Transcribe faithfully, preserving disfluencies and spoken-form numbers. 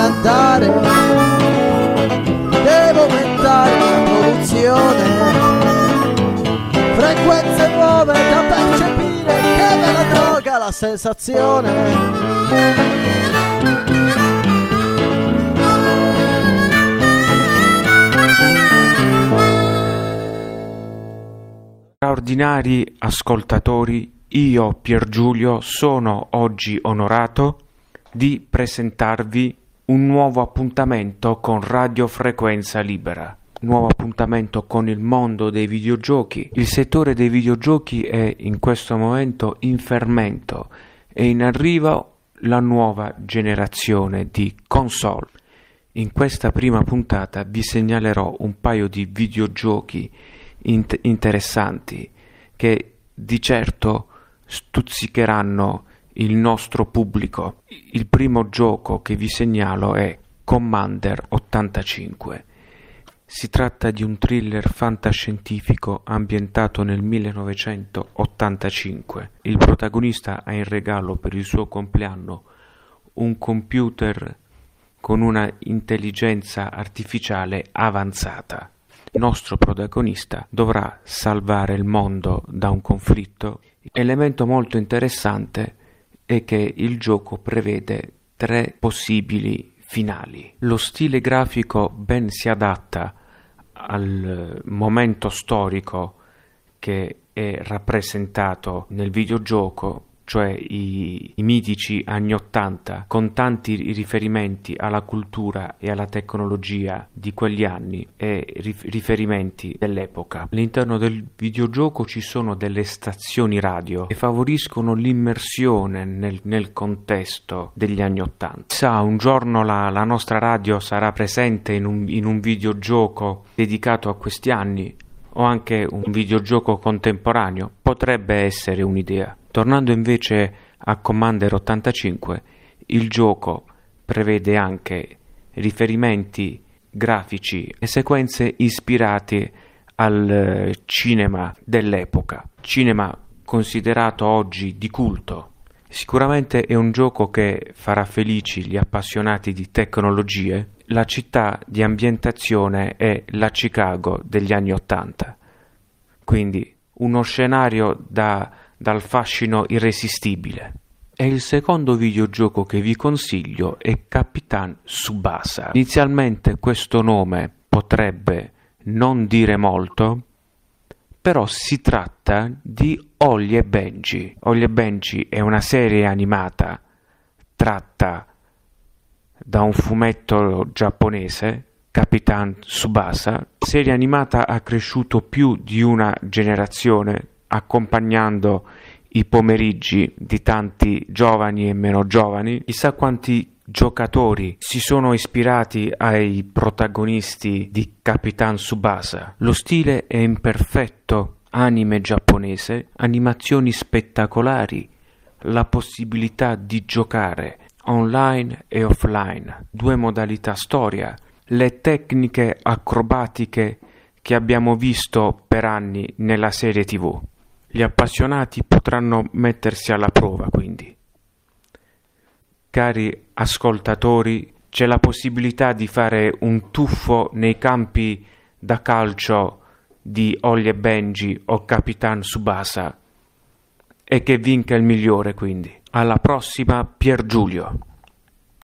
andare, devo aumentare la produzione, frequenze nuove da percepire, che bella droga la sensazione. Straordinari ascoltatori, io Piergiulio sono oggi onorato di presentarvi un nuovo appuntamento con Radio Frequenza Libera, nuovo appuntamento con il mondo dei videogiochi. Il settore dei videogiochi è in questo momento in fermento e in arrivo la nuova generazione di console. In questa prima puntata vi segnalerò un paio di videogiochi int- interessanti che di certo stuzzicheranno il nostro pubblico. Il primo gioco che vi segnalo è Commander ottantacinque. Si tratta di un thriller fantascientifico ambientato nel millenovecentottantacinque. Il protagonista ha in regalo per il suo compleanno un computer con una intelligenza artificiale avanzata. Il nostro protagonista dovrà salvare il mondo da un conflitto. Elemento molto interessante è che il gioco prevede tre possibili finali. Lo stile grafico ben si adatta al momento storico che è rappresentato nel videogioco, cioè i, i mitici anni ottanta, con tanti riferimenti alla cultura e alla tecnologia di quegli anni e riferimenti dell'epoca. All'interno del videogioco ci sono delle stazioni radio che favoriscono l'immersione nel, nel contesto degli anni ottanta. Chissà, un giorno la, la nostra radio sarà presente in un, in un videogioco dedicato a questi anni, o anche un videogioco contemporaneo. Potrebbe essere un'idea. Tornando invece a Commander ottantacinque, il gioco prevede anche riferimenti grafici e sequenze ispirate al cinema dell'epoca, cinema considerato oggi di culto. Sicuramente è un gioco che farà felici gli appassionati di tecnologie. La città di ambientazione è la Chicago degli anni ottanta, quindi uno scenario da dal fascino irresistibile. E il secondo videogioco che vi consiglio è Capitan Tsubasa. Inizialmente questo nome potrebbe non dire molto, però si tratta di Holly e Benji. Holly e Benji è una serie animata tratta da un fumetto giapponese, Capitan Tsubasa. Serie animata ha cresciuto più di una generazione, accompagnando i pomeriggi di tanti giovani e meno giovani. Chissà quanti giocatori si sono ispirati ai protagonisti di Capitan Tsubasa. Lo stile è in perfetto anime giapponese, animazioni spettacolari, la possibilità di giocare online e offline, due modalità storia, le tecniche acrobatiche che abbiamo visto per anni nella serie tivù. Gli appassionati potranno mettersi alla prova, quindi. Cari ascoltatori, c'è la possibilità di fare un tuffo nei campi da calcio di Holly e Benji o Capitan Tsubasa e che vinca il migliore, quindi. Alla prossima, Piergiulio.